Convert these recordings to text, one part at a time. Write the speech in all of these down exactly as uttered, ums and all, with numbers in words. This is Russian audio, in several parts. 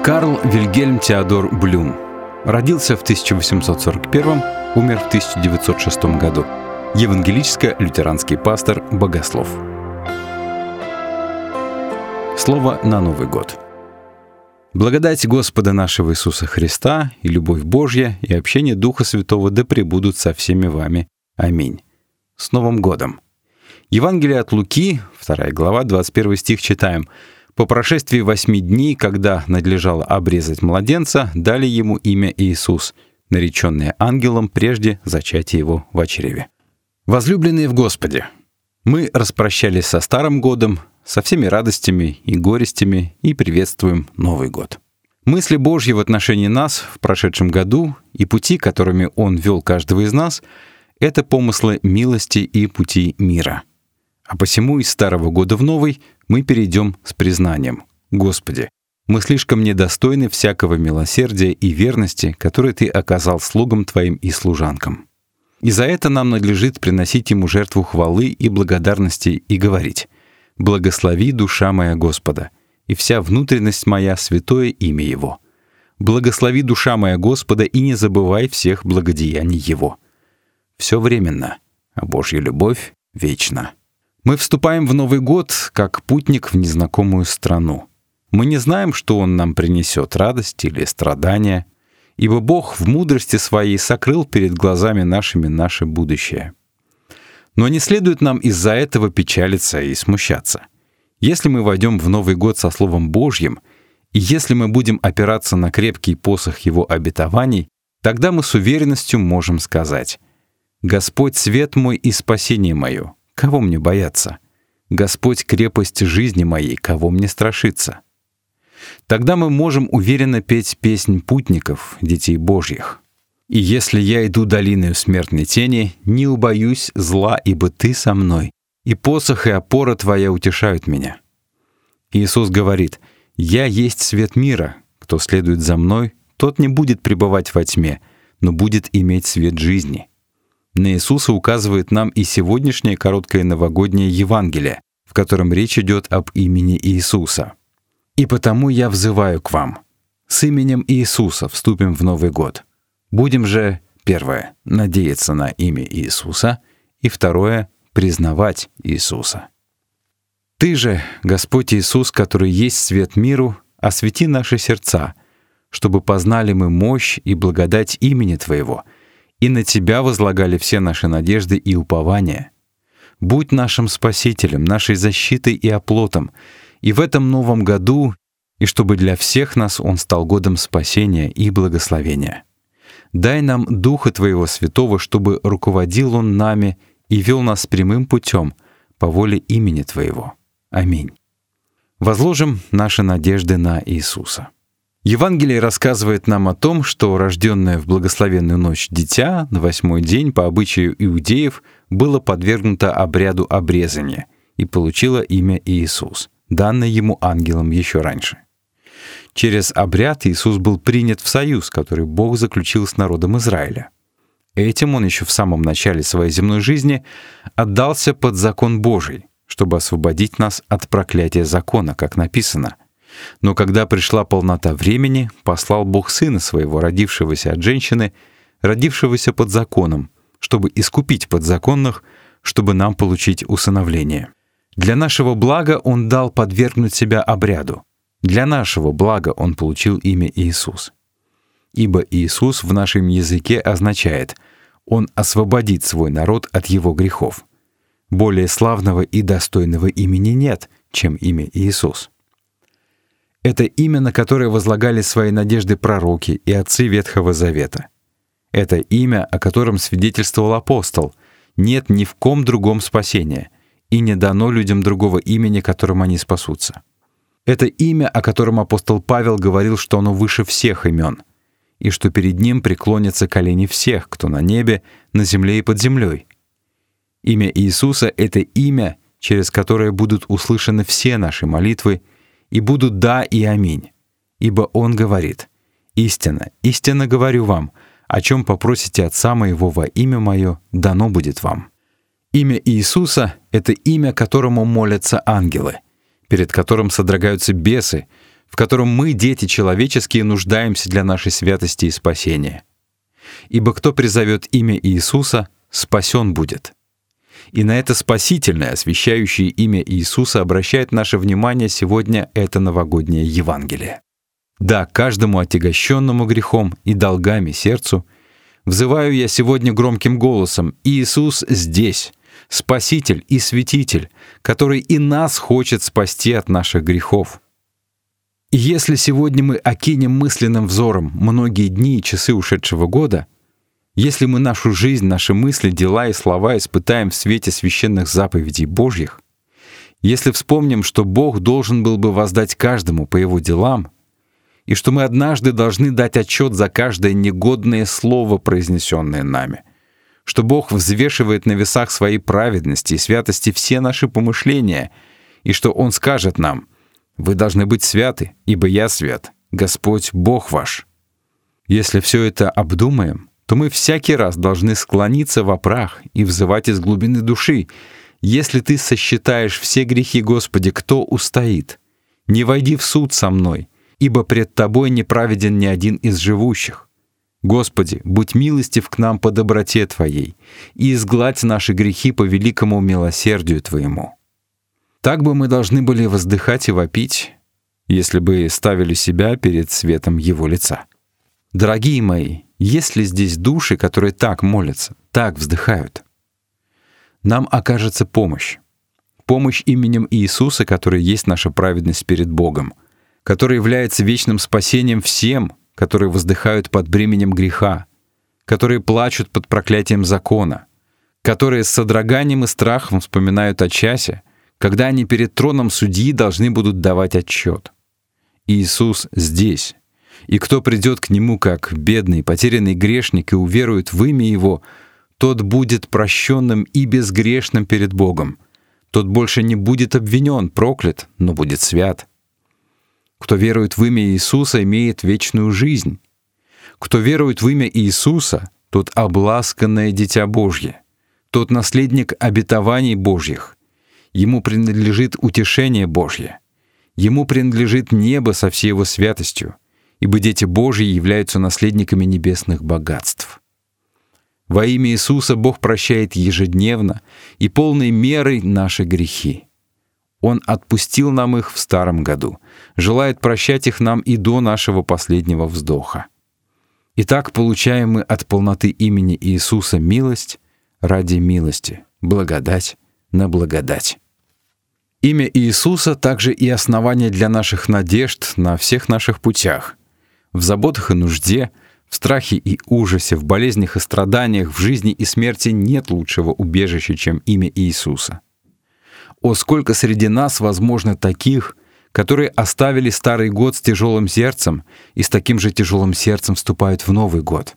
Карл Вильгельм Теодор Блюм родился в тысяча восемьсот сорок первом, умер в тысяча девятьсот шестом году. Евангелическо-лютеранский пастор, богослов. Слово на Новый год. Благодать Господа нашего Иисуса Христа и любовь Божья и общение Духа Святого да пребудут со всеми вами. Аминь. С Новым годом! Евангелие от Луки, вторая глава, двадцать первый стих, читаем: «По прошествии восьми дней, когда надлежало обрезать младенца, дали ему имя Иисус, нареченное ангелом прежде зачатия его в чреве». Возлюбленные в Господе, мы распрощались со Старым годом, со всеми радостями и горестями и приветствуем Новый год. Мысли Божьи в отношении нас в прошедшем году и пути, которыми Он вел каждого из нас, — это помыслы милости и пути мира. А посему из Старого года в Новый мы перейдем с признанием: «Господи, мы слишком недостойны всякого милосердия и верности, которые Ты оказал слугам Твоим и служанкам. И за это нам надлежит приносить Ему жертву хвалы и благодарности и говорить: благослови, душа моя, Господа, и вся внутренность моя святое имя Его. Благослови, душа моя, Господа, и не забывай всех благодеяний Его. Все временно, а Божья любовь вечна». Мы вступаем в Новый год, как путник в незнакомую страну. Мы не знаем, что он нам принесет, радость или страдания, ибо Бог в мудрости Своей сокрыл перед глазами нашими наше будущее. Но не следует нам из-за этого печалиться и смущаться. Если мы войдем в Новый год со Словом Божьим, и если мы будем опираться на крепкий посох Его обетований, тогда мы с уверенностью можем сказать: «Господь — свет мой и спасение мое, кого мне бояться? Господь — крепость жизни моей, кого мне страшиться?» Тогда мы можем уверенно петь песнь путников, детей Божьих. «И если я иду долиною смертной тени, не убоюсь зла, ибо Ты со мной, и посох и опора Твоя утешают меня». Иисус говорит: «Я есть свет мира. Кто следует за Мной, тот не будет пребывать во тьме, но будет иметь свет жизни». На Иисуса указывает нам и сегодняшнее короткое новогоднее Евангелие, в котором речь идет об имени Иисуса. «И потому я взываю к вам. С именем Иисуса вступим в Новый год. Будем же, первое, надеяться на имя Иисуса, и второе, признавать Иисуса. Ты же, Господь Иисус, который есть свет миру, освети наши сердца, чтобы познали мы мощь и благодать имени Твоего, и на Тебя возлагали все наши надежды и упования. Будь нашим Спасителем, нашей защитой и оплотом, и в этом новом году, и чтобы для всех нас он стал годом спасения и благословения. Дай нам Духа Твоего Святого, чтобы руководил Он нами и вел нас прямым путем по воле имени Твоего. Аминь. Возложим наши надежды на Иисуса. Евангелие рассказывает нам о том, что рожденное в благословенную ночь дитя на восьмой день по обычаю иудеев было подвергнуто обряду обрезания и получило имя Иисус, данное ему ангелом еще раньше. Через обряд Иисус был принят в союз, который Бог заключил с народом Израиля. Этим он еще в самом начале своей земной жизни отдался под закон Божий, чтобы освободить нас от проклятия закона, как написано: «Но когда пришла полнота времени, послал Бог Сына Своего, родившегося от женщины, родившегося под законом, чтобы искупить подзаконных, чтобы нам получить усыновление. Для нашего блага Он дал подвергнуть себя обряду. Для нашего блага Он получил имя Иисус. Ибо Иисус в нашем языке означает: Он освободит свой народ от его грехов. Более славного и достойного имени нет, чем имя Иисус». Это имя, на которое возлагали свои надежды пророки и отцы Ветхого Завета. Это имя, о котором свидетельствовал апостол: «Нет ни в ком другом спасения, и не дано людям другого имени, которым они спасутся». Это имя, о котором апостол Павел говорил, что оно выше всех имен, и что перед ним преклонятся колени всех, кто на небе, на земле и под землей. Имя Иисуса — это имя, через которое будут услышаны все наши молитвы, и будут «да» и «аминь». Ибо Он говорит: «Истинно, истинно говорю вам, о чем попросите Отца Моего во имя Мое, дано будет вам». Имя Иисуса — это имя, которому молятся ангелы, перед которым содрогаются бесы, в котором мы, дети человеческие, нуждаемся для нашей святости и спасения. Ибо кто призовет имя Иисуса, спасен будет. И на это спасительное, освящающее имя Иисуса обращает наше внимание сегодня это новогоднее Евангелие. Да, каждому отягощенному грехом и долгами сердцу взываю я сегодня громким голосом: Иисус здесь, Спаситель и Святитель, который и нас хочет спасти от наших грехов. И если сегодня мы окинем мысленным взором многие дни и часы ушедшего года, если мы нашу жизнь, наши мысли, дела и слова испытаем в свете священных заповедей Божьих, если вспомним, что Бог должен был бы воздать каждому по его делам, и что мы однажды должны дать отчет за каждое негодное слово, произнесенное нами, что Бог взвешивает на весах своей праведности и святости все наши помышления, и что Он скажет нам: «Вы должны быть святы, ибо я свят, Господь Бог ваш». Если все это обдумаем, то мы всякий раз должны склониться во прах и взывать из глубины души: «Если ты сосчитаешь все грехи, Господи, кто устоит? Не войди в суд со мной, ибо пред Тобой не праведен ни один из живущих. Господи, будь милостив к нам по доброте Твоей и изгладь наши грехи по великому милосердию Твоему». Так бы мы должны были воздыхать и вопить, если бы ставили себя перед светом Его лица. Дорогие мои, есть ли здесь души, которые так молятся, так вздыхают? Нам окажется помощь. Помощь именем Иисуса, который есть наша праведность перед Богом, который является вечным спасением всем, которые воздыхают под бременем греха, которые плачут под проклятием закона, которые с содроганием и страхом вспоминают о часе, когда они перед троном судьи должны будут давать отчет. Иисус здесь, и кто придет к Нему как бедный, потерянный грешник и уверует в имя Его, тот будет прощенным и безгрешным перед Богом. Тот больше не будет обвинен, проклят, но будет свят. Кто верует в имя Иисуса, имеет вечную жизнь. Кто верует в имя Иисуса, тот обласканное Дитя Божье, тот наследник обетований Божьих. Ему принадлежит утешение Божье. Ему принадлежит небо со всей его святостью, ибо дети Божьи являются наследниками небесных богатств. Во имя Иисуса Бог прощает ежедневно и полной мерой наши грехи. Он отпустил нам их в старом году, желает прощать их нам и до нашего последнего вздоха. Итак, получаем мы от полноты имени Иисуса милость ради милости, благодать на благодать. Имя Иисуса также и основание для наших надежд на всех наших путях. В заботах и нужде, в страхе и ужасе, в болезнях и страданиях, в жизни и смерти нет лучшего убежища, чем имя Иисуса. О, сколько среди нас, возможно, таких, которые оставили старый год с тяжелым сердцем и с таким же тяжелым сердцем вступают в Новый год.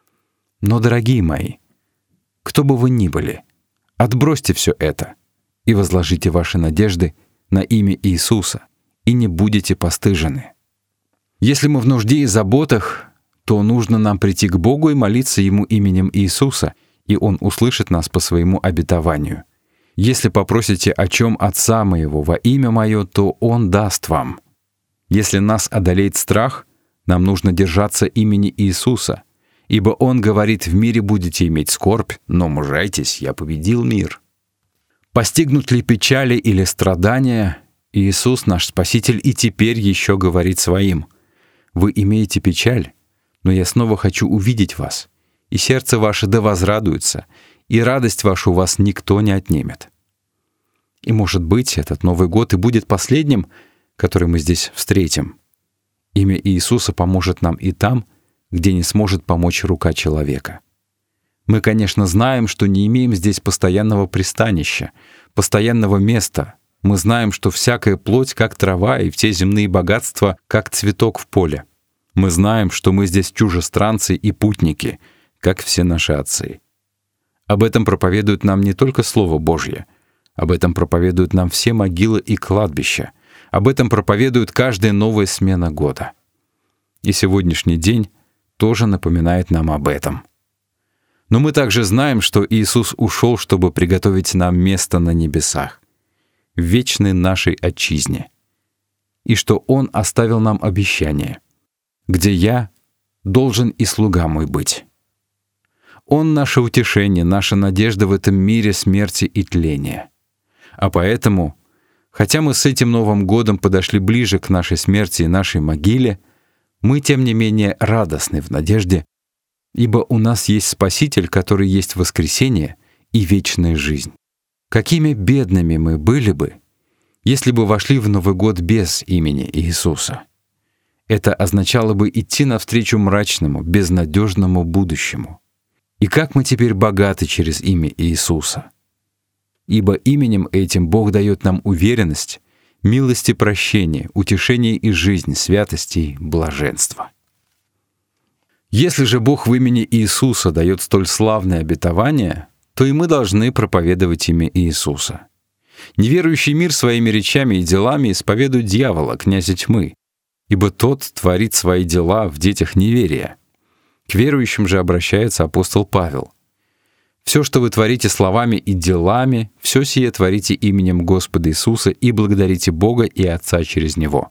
Но, дорогие мои, кто бы вы ни были, отбросьте все это и возложите ваши надежды на имя Иисуса, и не будете постыжены. Если мы в нужде и заботах, то нужно нам прийти к Богу и молиться Ему именем Иисуса, и Он услышит нас по своему обетованию. Если попросите о чем Отца Моего во имя Мое, то Он даст вам. Если нас одолеет страх, нам нужно держаться имени Иисуса, ибо Он говорит: «В мире будете иметь скорбь, но мужайтесь, я победил мир». Постигнут ли печали или страдания, Иисус, наш Спаситель, и теперь еще говорит своим: «Вы имеете печаль, но я снова хочу увидеть вас, и сердце ваше да возрадуется, и радость вашу у вас никто не отнимет». И, может быть, этот Новый год и будет последним, который мы здесь встретим. Имя Иисуса поможет нам и там, где не сможет помочь рука человека. Мы, конечно, знаем, что не имеем здесь постоянного пристанища, постоянного места. Мы знаем, что всякая плоть как трава, и все земные богатства как цветок в поле. Мы знаем, что мы здесь чужестранцы и путники, как все наши отцы. Об этом проповедует нам не только Слово Божье, об этом проповедуют нам все могилы и кладбища, об этом проповедует каждая новая смена года. И сегодняшний день тоже напоминает нам об этом. Но мы также знаем, что Иисус ушел, чтобы приготовить нам место на небесах, в вечной нашей отчизне. и что Он оставил нам обещание, где я должен и слуга мой быть. Он — наше утешение, наша надежда в этом мире смерти и тления. А поэтому, хотя мы с этим Новым годом подошли ближе к нашей смерти и нашей могиле, мы, тем не менее, радостны в надежде, ибо у нас есть Спаситель, который есть воскресение и вечная жизнь. Какими бедными мы были бы, если бы вошли в Новый год без имени Иисуса. Это означало бы идти навстречу мрачному, безнадежному будущему. И как мы теперь богаты через имя Иисуса. Ибо именем этим Бог дает нам уверенность, милость и прощение, утешение и жизнь, святость и блаженство. Если же Бог в имени Иисуса дает столь славное обетование, то и мы должны проповедовать имя Иисуса. Неверующий мир своими речами и делами исповедует дьявола, князя тьмы, ибо тот творит свои дела в детях неверия. К верующим же обращается апостол Павел. «Все, что вы творите словами и делами, все сие творите именем Господа Иисуса и благодарите Бога и Отца через Него».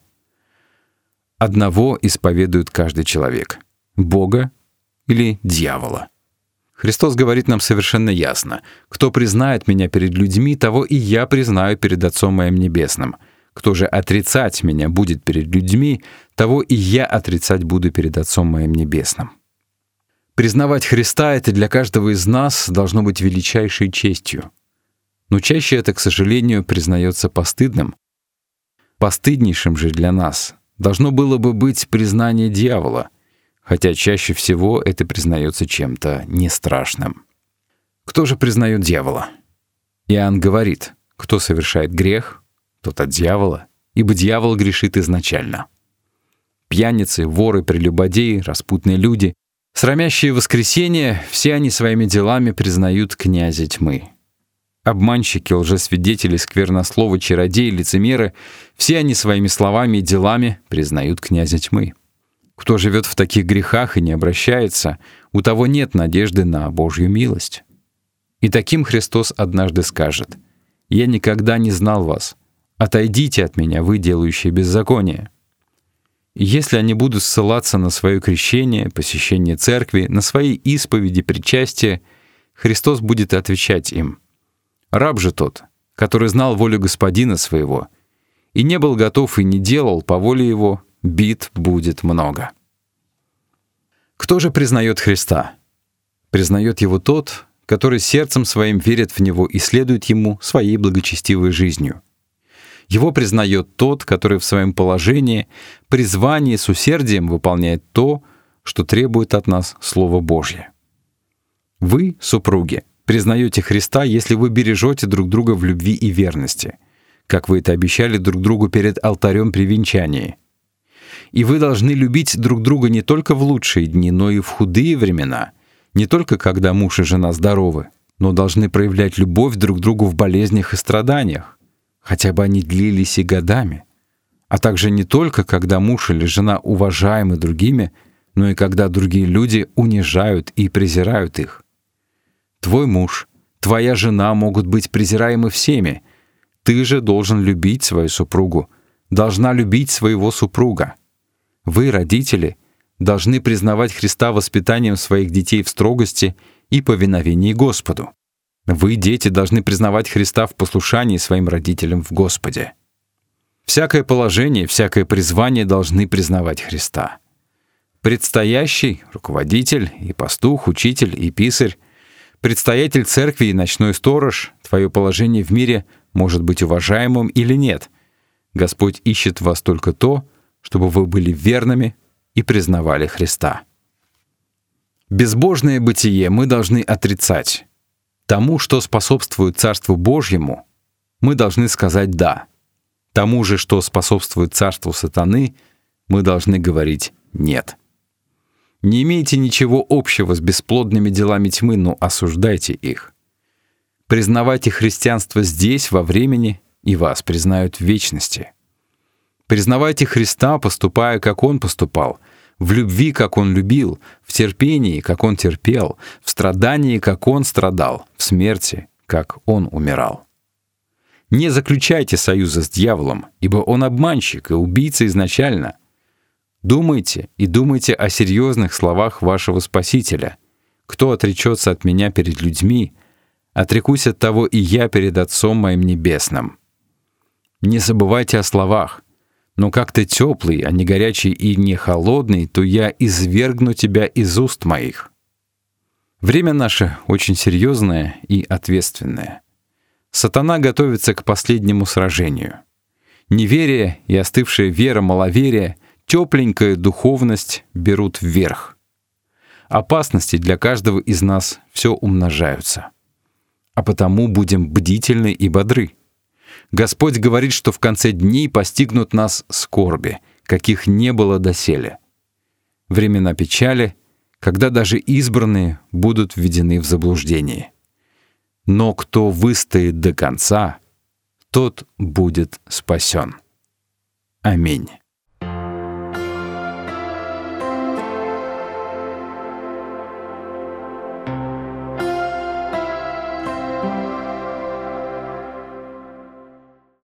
Одного исповедует каждый человек — Бога или дьявола. Христос говорит нам совершенно ясно: «Кто признает Меня перед людьми, того и Я признаю перед Отцом Моим Небесным. Кто же отрицать Меня будет перед людьми, того и Я отрицать буду перед Отцом Моим Небесным». Признавать Христа — это для каждого из нас должно быть величайшей честью. Но чаще это, к сожалению, признается постыдным. Постыднейшим же для нас должно было бы быть признание дьявола, хотя чаще всего это признается чем-то нестрашным. Кто же признает дьявола? Иоанн говорит: кто совершает грех, тот от дьявола, ибо дьявол грешит изначально. Пьяницы, воры, прелюбодеи, распутные люди, срамящие воскресение, все они своими делами признают князя тьмы. Обманщики, лжесвидетели, сквернословы, чародеи, лицемеры — все они своими словами и делами признают князя тьмы. Кто живет в таких грехах и не обращается, у того нет надежды на Божью милость. И таким Христос однажды скажет: «Я никогда не знал вас. Отойдите от меня, вы, делающие беззаконие». И если они будут ссылаться на свое крещение, посещение церкви, на свои исповеди, причастия, Христос будет отвечать им: «Раб же тот, который знал волю Господина своего, и не был готов и не делал по воле его, бит будет много». Кто же признает Христа? Признает Его тот, который сердцем своим верит в Него и следует Ему своей благочестивой жизнью. Его признает тот, который в своем положении, призвании с усердием выполняет то, что требует от нас Слово Божье. Вы, супруги, признаете Христа, если вы бережете друг друга в любви и верности, как вы это обещали друг другу перед алтарем при венчании. И вы должны любить друг друга не только в лучшие дни, но и в худые времена, не только когда муж и жена здоровы, но должны проявлять любовь друг к другу в болезнях и страданиях, хотя бы они длились и годами, а также не только когда муж или жена уважаемы другими, но и когда другие люди унижают и презирают их. Твой муж, твоя жена могут быть презираемы всеми. Ты же должен любить свою супругу, должна любить своего супруга. Вы, родители, должны признавать Христа воспитанием своих детей в строгости и повиновении Господу. Вы, дети, должны признавать Христа в послушании своим родителям в Господе. Всякое положение, всякое призвание должны признавать Христа. Предстоящий, руководитель и пастух, учитель и писарь, предстоятель церкви и ночной сторож, твое положение в мире может быть уважаемым или нет. Господь ищет в вас только то, чтобы вы были верными и признавали Христа. Безбожное бытие мы должны отрицать. Тому, что способствует Царству Божьему, мы должны сказать «да». Тому же, что способствует Царству сатаны, мы должны говорить «нет». Не имейте ничего общего с бесплодными делами тьмы, но осуждайте их. Признавайте христианство здесь, во времени, и вас признают в вечности. Признавайте Христа, поступая, как Он поступал, в любви, как Он любил, в терпении, как Он терпел, в страдании, как Он страдал, в смерти, как Он умирал. Не заключайте союза с дьяволом, ибо он обманщик и убийца изначально. Думайте и думайте о серьезных словах вашего Спасителя. Кто отречется от меня перед людьми, отрекусь от того и я перед Отцом моим Небесным. Не забывайте о словах. Но как ты теплый, а не горячий и не холодный, то я извергну тебя из уст моих. Время наше очень серьезное и ответственное. Сатана готовится к последнему сражению. Неверие и остывшая вера, маловерие, тепленькая духовность берут вверх. Опасности для каждого из нас все умножаются. А потому будем бдительны и бодры. Господь говорит, что в конце дней постигнут нас скорби, каких не было доселе. Времена печали, когда даже избранные будут введены в заблуждение. Но кто выстоит до конца, тот будет спасен. Аминь.